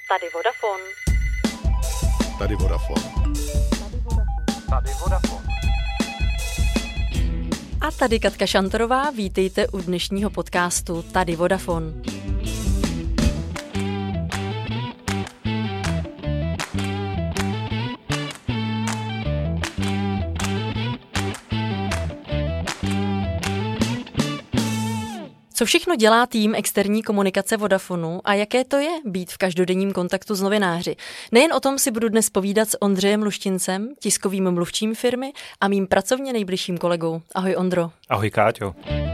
Tady Vodafone. Tady Vodafone. Tady Vodafone. A tady Katka Šantorová, vítejte u dnešního podcastu Tady Vodafone. Co všechno dělá tým externí komunikace Vodafonu a jaké to je být v každodenním kontaktu s novináři? Nejen o tom si budu dnes povídat s Ondřejem Luštincem, tiskovým mluvčím firmy a mým pracovně nejbližším kolegou. Ahoj Ondro. Ahoj Káťo.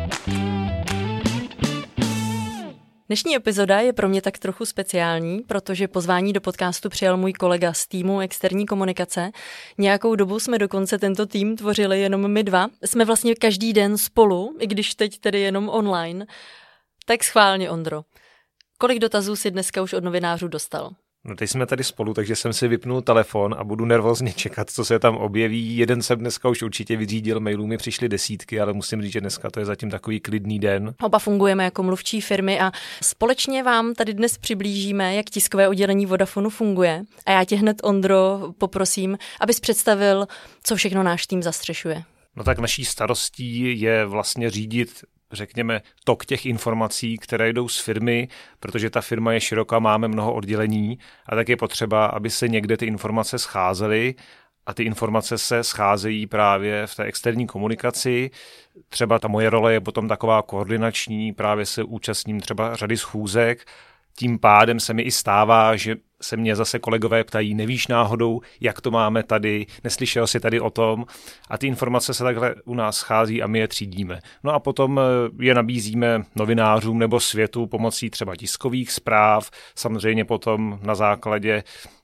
Dnešní epizoda je pro mě tak trochu speciální, protože pozvání do podcastu přijal můj kolega z týmu externí komunikace. Nějakou dobu jsme dokonce tento tým tvořili jenom my dva. Jsme vlastně každý den spolu, i když teď tedy jenom online. Tak schválně, Ondro. Kolik dotazů si dneska už od novinářů dostal? No teď jsme tady spolu, takže jsem si vypnul telefon a budu nervózně čekat, co se tam objeví. Jeden jsem dneska už určitě vyřídil, mailů mi přišly desítky, ale musím říct, že dneska to je zatím takový klidný den. Oba fungujeme jako mluvčí firmy a společně vám tady dnes přiblížíme, jak tiskové oddělení Vodafonu funguje. A já tě hned, Ondro, poprosím, abys představil, co všechno náš tým zastřešuje. No tak naší starostí je vlastně řídit, řekněme, tok těch informací, které jdou z firmy, protože ta firma je široká, máme mnoho oddělení a tak je potřeba, aby se někde ty informace scházely a ty informace se scházejí právě v té externí komunikaci. Třeba ta moje role je potom taková koordinační, právě se účastním třeba řady schůzek. Tím pádem se mi i stává, že se mě zase kolegové ptají, nevíš náhodou, jak to máme tady, neslyšel jsi tady o tom a ty informace se takhle u nás schází a my je třídíme. No a potom je nabízíme novinářům nebo světu pomocí třeba tiskových zpráv, samozřejmě potom na základě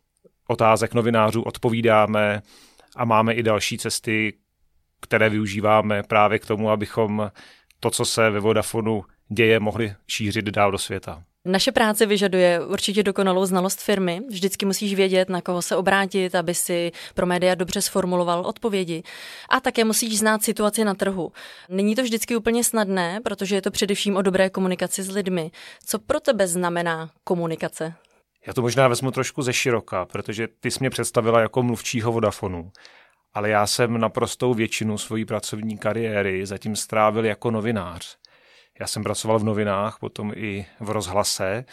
otázek novinářů odpovídáme a máme i další cesty, které využíváme právě k tomu, abychom to, co se ve Vodafonu děje, mohli šířit dál do světa. Naše práce vyžaduje určitě dokonalou znalost firmy. Vždycky musíš vědět, na koho se obrátit, aby si pro média dobře sformuloval odpovědi. A také musíš znát situaci na trhu. Není to vždycky úplně snadné, protože je to především o dobré komunikaci s lidmi. Co pro tebe znamená komunikace? Já to možná vezmu trošku ze široka, protože ty jsi mě představila jako mluvčího Vodafonu. Ale já jsem naprostou většinu svojí pracovní kariéry zatím strávil jako novinář. Já jsem pracoval v novinách, potom i v rozhlase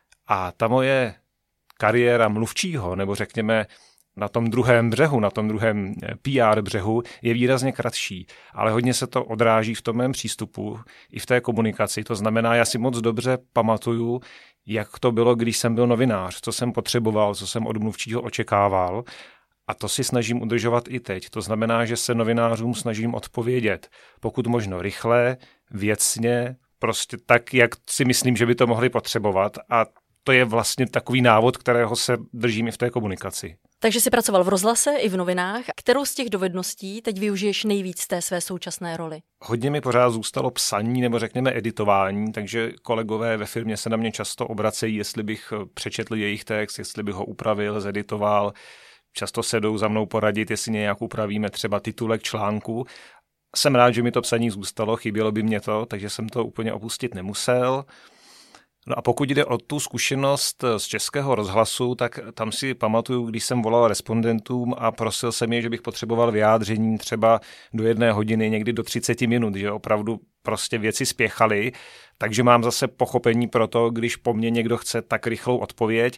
a ta moje kariéra mluvčího, nebo řekněme na tom druhém břehu, na tom druhém PR břehu, je výrazně kratší, ale hodně se to odráží v tom mém přístupu i v té komunikaci. To znamená, já si moc dobře pamatuju, jak to bylo, když jsem byl novinář, co jsem potřeboval, co jsem od mluvčího očekával. A to si snažím udržovat i teď. To znamená, že se novinářům snažím odpovědět, pokud možno rychle, věcně, prostě tak, jak si myslím, že by to mohli potřebovat. A to je vlastně takový návod, kterého se držím i v té komunikaci. Takže jsi pracoval v rozhlase i v novinách. Kterou z těch dovedností teď využiješ nejvíc z té své současné roli? Hodně mi pořád zůstalo psaní nebo řekněme editování, takže kolegové ve firmě se na mě často obracejí, jestli bych přečetl jejich text, jestli bych ho upravil, zeditoval. Často se jdou za mnou poradit, jestli nějak upravíme třeba titulek článku. Jsem rád, že mi to psaní zůstalo, chybělo by mě to, takže jsem to úplně opustit nemusel. No a pokud jde o tu zkušenost z Českého rozhlasu, tak tam si pamatuju, když jsem volal respondentům a prosil jsem je, že bych potřeboval vyjádření třeba do 1 hodiny, někdy do 30 minut, že opravdu prostě věci spěchaly, takže mám zase pochopení pro to, když po mně někdo chce tak rychlou odpověď.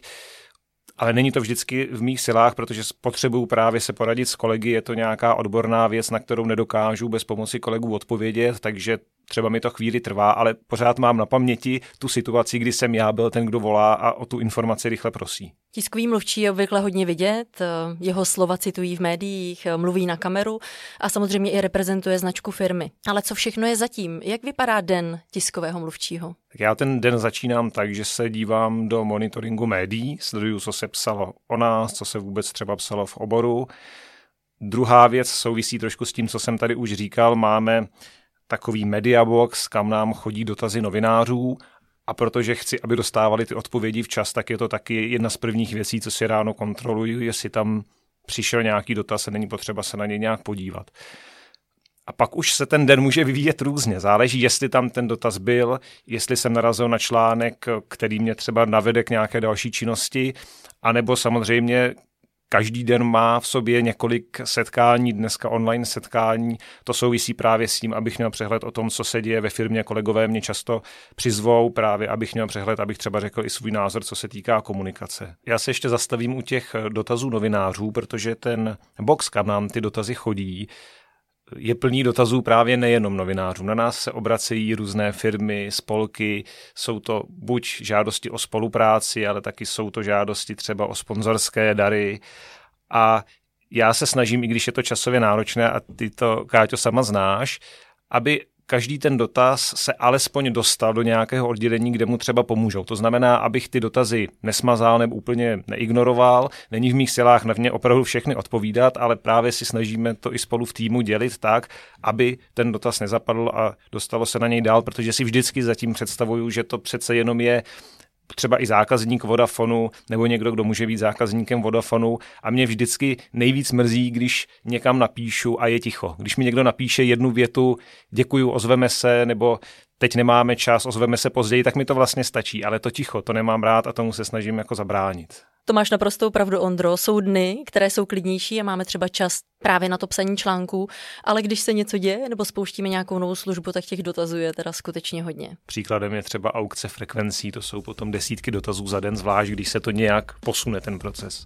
Ale není to vždycky v mých silách, protože potřebuju právě se poradit s kolegy, je to nějaká odborná věc, na kterou nedokážu bez pomoci kolegů odpovědět, takže třeba mi to chvíli trvá, ale pořád mám na paměti tu situaci, kdy jsem já byl ten, kdo volá a o tu informaci rychle prosí. Tiskový mluvčí je obvykle hodně vidět, jeho slova citují v médiích, mluví na kameru a samozřejmě i reprezentuje značku firmy. Ale co všechno je zatím? Jak vypadá den tiskového mluvčího? Tak já ten den začínám tak, že se dívám do monitoringu médií, sleduju, co se psalo o nás, co se vůbec třeba psalo v oboru. Druhá věc souvisí trošku s tím, co jsem tady už říkal, máme takový mediabox, kam nám chodí dotazy novinářů a protože chci, aby dostávali ty odpovědi včas, tak je to taky jedna z prvních věcí, co si ráno kontroluji, jestli tam přišel nějaký dotaz a není potřeba se na něj nějak podívat. A pak už se ten den může vyvíjet různě. Záleží, jestli tam ten dotaz byl, jestli jsem narazil na článek, který mě třeba navede k nějaké další činnosti, anebo samozřejmě každý den má v sobě několik setkání, dneska online setkání. To souvisí právě s tím, abych měl přehled o tom, co se děje ve firmě. Kolegové mě často přizvou právě, abych měl přehled, abych třeba řekl i svůj názor, co se týká komunikace. Já se ještě zastavím u těch dotazů novinářů, protože ten box, kam nám ty dotazy chodí, je plný dotazů právě nejenom novinářů. Na nás se obracejí různé firmy, spolky, jsou to buď žádosti o spolupráci, ale taky jsou to žádosti třeba o sponzorské dary. A já se snažím, i když je to časově náročné, a ty to, Káťo, sama znáš, aby každý ten dotaz se alespoň dostal do nějakého oddělení, kde mu třeba pomůžou. To znamená, abych ty dotazy nesmazal nebo úplně neignoroval. Není v mých silách na ně opravdu všechny odpovídat, ale právě si snažíme to i spolu v týmu dělit tak, aby ten dotaz nezapadl a dostalo se na něj dál, protože si vždycky zatím představuju, že to přece jenom je třeba i zákazník Vodafonu nebo někdo, kdo může být zákazníkem Vodafonu, a mě vždycky nejvíc mrzí, když někam napíšu a je ticho. Když mi někdo napíše jednu větu, děkuju, ozveme se, nebo teď nemáme čas, ozveme se později, tak mi to vlastně stačí, ale to ticho, to nemám rád a tomu se snažím jako zabránit. To máš naprostou pravdu, Ondro. Jsou dny, které jsou klidnější a máme třeba čas právě na to psaní článků, ale když se něco děje nebo spouštíme nějakou novou službu, tak těch dotazů je teda skutečně hodně. Příkladem je třeba aukce frekvencí, to jsou potom desítky dotazů za den, zvlášť když se to nějak posune ten proces.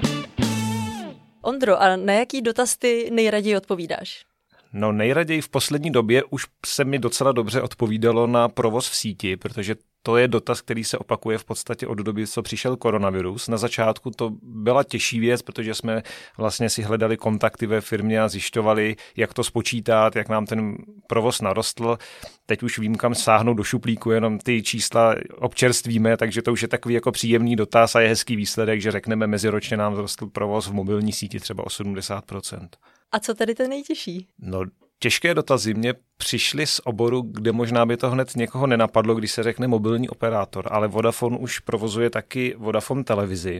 Ondro, a na jaký dotaz ty nejraději odpovídáš? No nejraději v poslední době už se mi docela dobře odpovídalo na provoz v síti, protože to je dotaz, který se opakuje v podstatě od doby, co přišel koronavirus. Na začátku to byla těžší věc, protože jsme vlastně si hledali kontakty ve firmě a zjišťovali, jak to spočítat, jak nám ten provoz narostl. Teď už vím, kam sáhnout do šuplíku, jenom ty čísla občerstvíme, takže to už je takový jako příjemný dotaz a je hezký výsledek, že řekneme, meziročně nám vzrostl provoz v mobilní síti třeba o 70%. A co tedy ten nejtěžší? No, těžké dotazy mě přišly z oboru, kde možná by to hned někoho nenapadlo, když se řekne mobilní operátor, ale Vodafone už provozuje taky Vodafone televizi.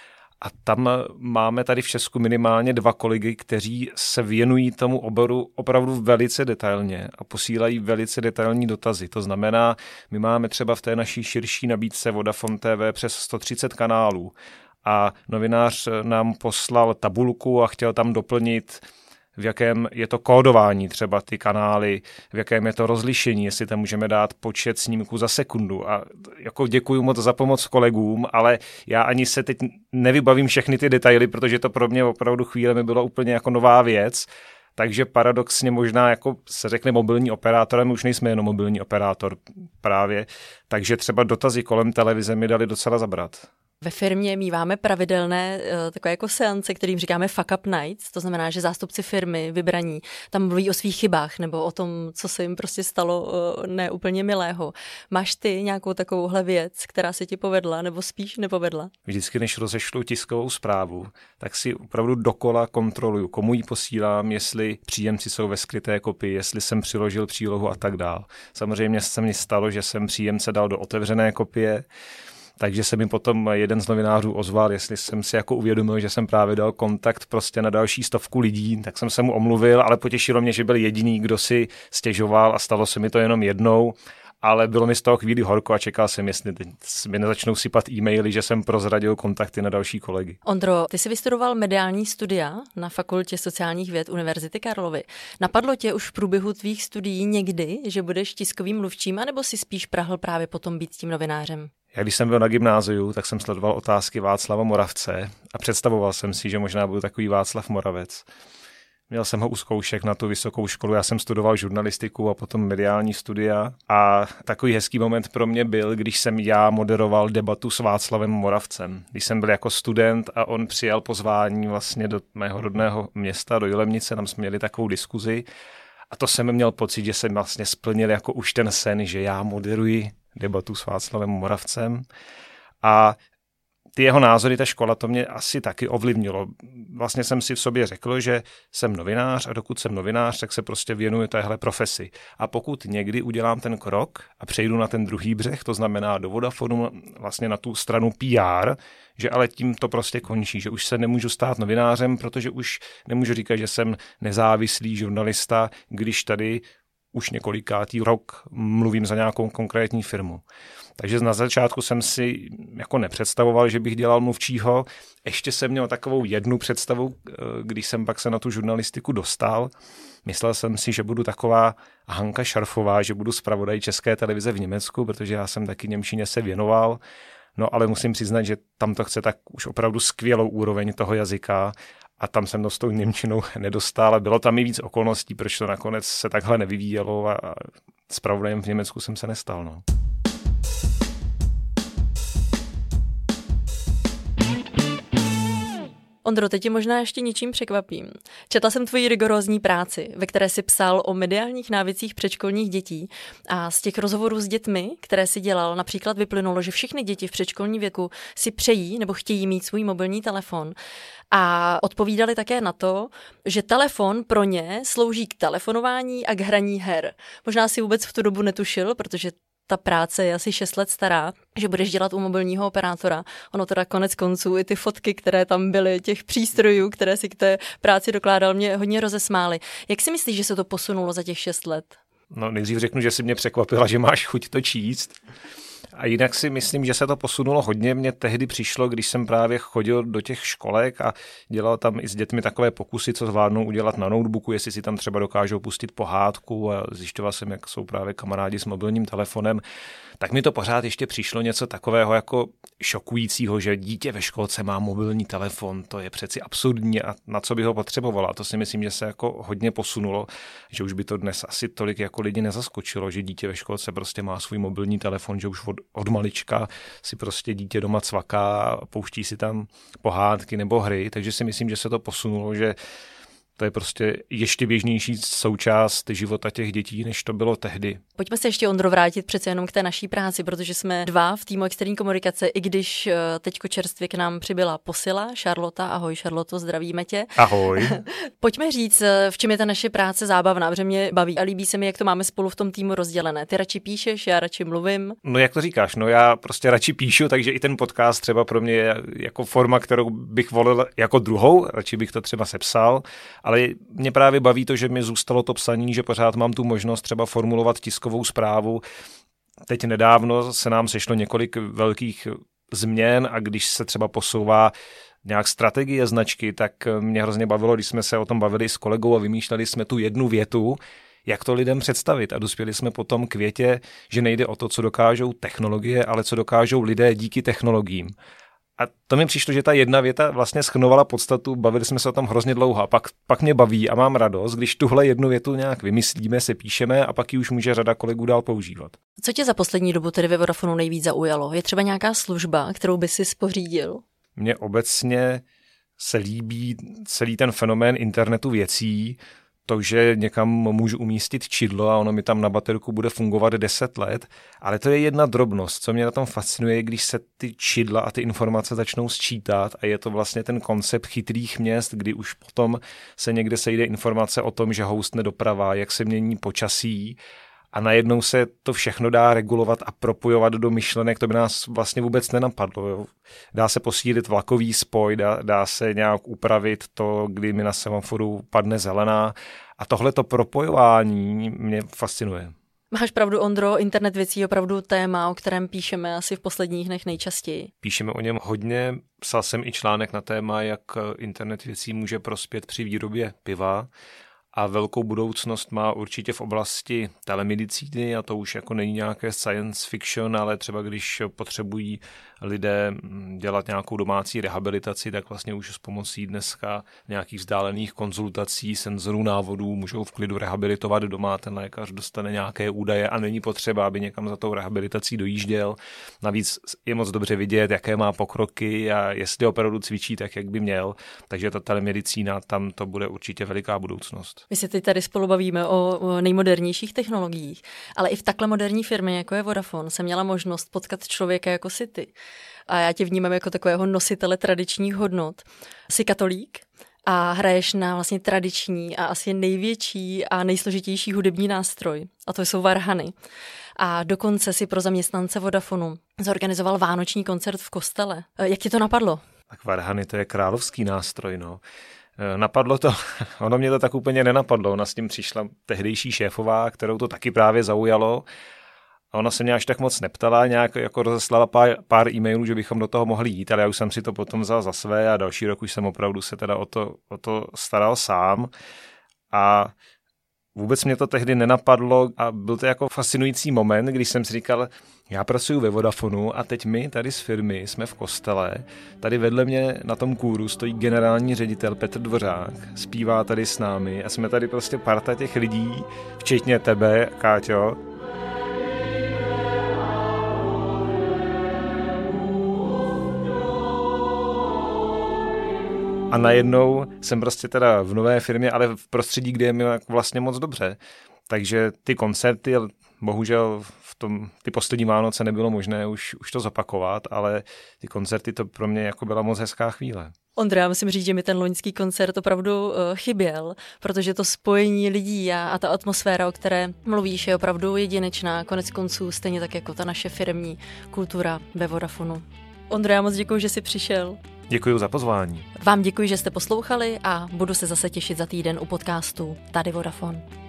A tam máme tady v Česku minimálně 2 kolegy, kteří se věnují tomu oboru opravdu velice detailně a posílají velice detailní dotazy. To znamená, my máme třeba v té naší širší nabídce Vodafone TV přes 130 kanálů a novinář nám poslal tabulku a chtěl tam doplnit, v jakém je to kódování třeba ty kanály, v jakém je to rozlišení, jestli tam můžeme dát počet snímků za sekundu. A jako děkuju moc za pomoc kolegům, ale já ani se teď nevybavím všechny ty detaily, protože to pro mě opravdu chvíle mi bylo úplně jako nová věc. Takže paradoxně možná jako se řekne mobilní operátor, my už nejsme jenom mobilní operátor právě, takže třeba dotazy kolem televize mi dali docela zabrat. Ve firmě míváme pravidelné takové jako seance, kterým říkáme fuck up nights, to znamená, že zástupci firmy vybraní tam mluví o svých chybách nebo o tom, co se jim prostě stalo neúplně milého. Máš ty nějakou takovouhle věc, která se ti povedla nebo spíš nepovedla? Vždycky, než rozešlu tiskovou zprávu, tak si opravdu dokola kontroluju, komu ji posílám, jestli příjemci jsou ve skryté kopii, jestli jsem přiložil přílohu a tak dál. Samozřejmě se mi stalo, že jsem příjemce dal do otevřené kopie, takže se mi potom jeden z novinářů ozval, jestli jsem si jako uvědomil, že jsem právě dal kontakt prostě na další 100 lidí, tak jsem se mu omluvil, ale potěšilo mě, že byl jediný, kdo si stěžoval a stalo se mi to jenom jednou, ale bylo mi z toho chvíli horko a čekal jsem, jestli mi nezačnou sypat e-maily, že jsem prozradil kontakty na další kolegy. Ondro, ty jsi vystudoval mediální studia na Fakultě sociálních věd Univerzity Karlovy. Napadlo tě už v průběhu tvých studií někdy, že budeš tiskovým mluvčím, anebo si spíš prahl právě potom být tím novinářem? Já když jsem byl na gymnáziu, tak jsem sledoval Otázky Václava Moravce a představoval jsem si, že možná budu takový Václav Moravec. Měl jsem ho u zkoušek na tu vysokou školu, já jsem studoval žurnalistiku a potom mediální studia a takový hezký moment pro mě byl, když jsem já moderoval debatu s Václavem Moravcem. Když jsem byl jako student a on přijal pozvání vlastně do mého rodného města, do Jilemnice, tam jsme měli takovou diskuzi a to jsem měl pocit, že jsem vlastně splnil jako už ten sen, že já moderuji debatu s Václavem Moravcem a ty jeho názory, ta škola, to mě asi taky ovlivnilo. Vlastně jsem si v sobě řekl, že jsem novinář a dokud jsem novinář, tak se prostě věnuju téhle profesi. A pokud někdy udělám ten krok a přejdu na ten druhý břeh, to znamená do Vodafonu, vlastně na tu stranu PR, že ale tím to prostě končí, že už se nemůžu stát novinářem, protože už nemůžu říkat, že jsem nezávislý žurnalista, když tady už několikátý rok mluvím za nějakou konkrétní firmu. Takže na začátku jsem si jako nepředstavoval, že bych dělal mluvčího. Ještě jsem měl takovou jednu představu, když jsem pak se na tu žurnalistiku dostal. Myslel jsem si, že budu taková Hanka Šarfová, že budu zpravodaj České televize v Německu, protože já jsem taky němčině se věnoval. No ale musím přiznat, že tam to chce tak už opravdu skvělou úroveň toho jazyka a tam jsem to s tou němčinou nedostal a bylo tam i víc okolností, proč to nakonec se takhle nevyvíjelo a zpravodajem v Německu jsem se nestal. No. Ondro, teď tě možná ještě něčím překvapím. Četla jsem tvoji rigorózní práci, ve které si psal o mediálních návycích předškolních dětí a z těch rozhovorů s dětmi, které si dělal, například vyplynulo, že všechny děti v předškolním věku si přejí nebo chtějí mít svůj mobilní telefon. A odpovídali také na to, že telefon pro ně slouží k telefonování a k hraní her. Možná si vůbec v tu dobu netušil, protože ta práce je asi 6 let stará, že budeš dělat u mobilního operátora. Ono teda konec konců i ty fotky, které tam byly, těch přístrojů, které si k té práci dokládal, mě hodně rozesmály. Jak si myslíš, že se to posunulo za těch 6 let? No nejdřív řeknu, že si mě překvapila, že máš chuť to číst. A jinak si myslím, že se to posunulo hodně. Mně tehdy přišlo, když jsem právě chodil do těch školek a dělal tam i s dětmi takové pokusy, co zvládnou udělat na notebooku, jestli si tam třeba dokážou pustit pohádku a zjišťoval jsem, jak jsou právě kamarádi s mobilním telefonem, tak mi to pořád ještě přišlo něco takového jako šokujícího, že dítě ve školce má mobilní telefon, to je přeci absurdní a na co by ho potřebovala. A to si myslím, že se jako hodně posunulo, že už by to dnes asi tolik jako lidi nezaskočilo, že dítě ve školce prostě má svůj mobilní telefon, že už od malička si prostě dítě doma cvaká a pouští si tam pohádky nebo hry, takže si myslím, že se to posunulo, že to je prostě ještě běžnější součást života těch dětí, než to bylo tehdy. Pojďme se ještě, Ondro, vrátit přece jenom k té naší práci, protože jsme 2 v týmu externí komunikace, i když teďko čerstvě k nám přibyla posila, Charlotte. Ahoj, Charlotte, zdravíme tě. Ahoj. Pojďme říct, v čem je ta naše práce zábavná, protože mě baví a líbí se mi, jak to máme spolu v tom týmu rozdělené. Ty radši píšeš, já radši mluvím. No jak to říkáš, no já prostě radši píšu, takže i ten podcast třeba pro mě je jako forma, kterou bych volil jako druhou, radši bych to třeba sepsal. Ale mě právě baví to, že mi zůstalo to psaní, že pořád mám tu možnost třeba formulovat tiskovou zprávu. Teď nedávno se nám sešlo několik velkých změn a když se třeba posouvá nějak strategie značky, tak mě hrozně bavilo, když jsme se o tom bavili s kolegou a vymýšleli jsme tu jednu větu, jak to lidem představit. A dospěli jsme potom k větě, že nejde o to, co dokážou technologie, ale co dokážou lidé díky technologiím. A to mi přišlo, že ta jedna věta vlastně shrnovala podstatu, bavili jsme se o tom hrozně dlouho a pak mě baví a mám radost, když tuhle jednu větu nějak vymyslíme, se píšeme a pak ji už může řada kolegů dál používat. Co tě za poslední dobu tedy ve Vodafonu nejvíc zaujalo? Je třeba nějaká služba, kterou by si pořídil? Mně obecně se líbí celý ten fenomén internetu věcí, to, že někam můžu umístit čidlo a ono mi tam na baterku bude fungovat 10 let, ale to je jedna drobnost, co mě na tom fascinuje, když se ty čidla a ty informace začnou sčítat a je to vlastně ten koncept chytrých měst, kdy už potom se někde sejde informace o tom, že houstne doprava, jak se mění počasí a najednou se to všechno dá regulovat a propojovat do myšlenek, to by nás vlastně vůbec nenapadlo. Jo. Dá se posílit vlakový spoj, dá se nějak upravit to, kdy mi na semaforu padne zelená a tohleto propojování mě fascinuje. Máš pravdu, Ondro, internet věcí je opravdu téma, o kterém píšeme asi v posledních dnech nejčastěji. Píšeme o něm hodně, psal jsem i článek na téma, jak internet věcí může prospět při výrobě piva. A velkou budoucnost má určitě v oblasti telemedicíny a to už jako není nějaké science fiction, ale třeba když potřebují lidé dělat nějakou domácí rehabilitaci, tak vlastně už s pomocí dneska nějakých vzdálených konzultací, senzorů, návodů můžou v klidu rehabilitovat doma, ten lékař dostane nějaké údaje a není potřeba, aby někam za tou rehabilitací dojížděl. Navíc je moc dobře vidět, jaké má pokroky a jestli opravdu cvičí tak, jak by měl. Takže ta telemedicína, tam to bude určitě veliká budoucnost. My se teď tady spolu bavíme o nejmodernějších technologiích, ale i v takhle moderní firmě, jako je Vodafone, jsem měla možnost potkat člověka jako si ty. a já tě vnímám jako takového nositele tradičních hodnot. Jsi katolík a hraješ na vlastně tradiční a asi největší a nejsložitější hudební nástroj, a to jsou varhany. A dokonce si pro zaměstnance Vodafonu zorganizoval vánoční koncert v kostele. Jak ti to napadlo? Tak varhany, to je královský nástroj, no. Napadlo to, ono mě to tak úplně nenapadlo, ona s tím přišla tehdejší šéfová, kterou to taky právě zaujalo. A ona se mě až tak moc neptala, nějak jako rozeslala pár e-mailů, že bychom do toho mohli jít, ale já už jsem si to potom vzal za své a další rok už jsem opravdu se teda o to staral sám. A vůbec mě to tehdy nenapadlo a byl to jako fascinující moment, když jsem si říkal, já pracuji ve Vodafonu a teď my tady z firmy jsme v kostele, tady vedle mě na tom kůru stojí generální ředitel Petr Dvořák, zpívá tady s námi a jsme tady prostě parta těch lidí, včetně tebe, Káťo. A najednou jsem prostě teda v nové firmě, ale v prostředí, kde je mi vlastně moc dobře. Takže ty koncerty, bohužel ty poslední Vánoce nebylo možné už to zopakovat, ale ty koncerty to pro mě jako byla moc hezká chvíle. Ondra, já musím říct, že mi ten loňský koncert opravdu chyběl, protože to spojení lidí a ta atmosféra, o které mluvíš, je opravdu jedinečná, konec konců stejně tak jako ta naše firemní kultura ve Vodafonu. Ondra, já moc děkuji, že jsi přišel. Děkuji za pozvání. Vám děkuji, že jste poslouchali a budu se zase těšit za týden u podcastu Tady Vodafone.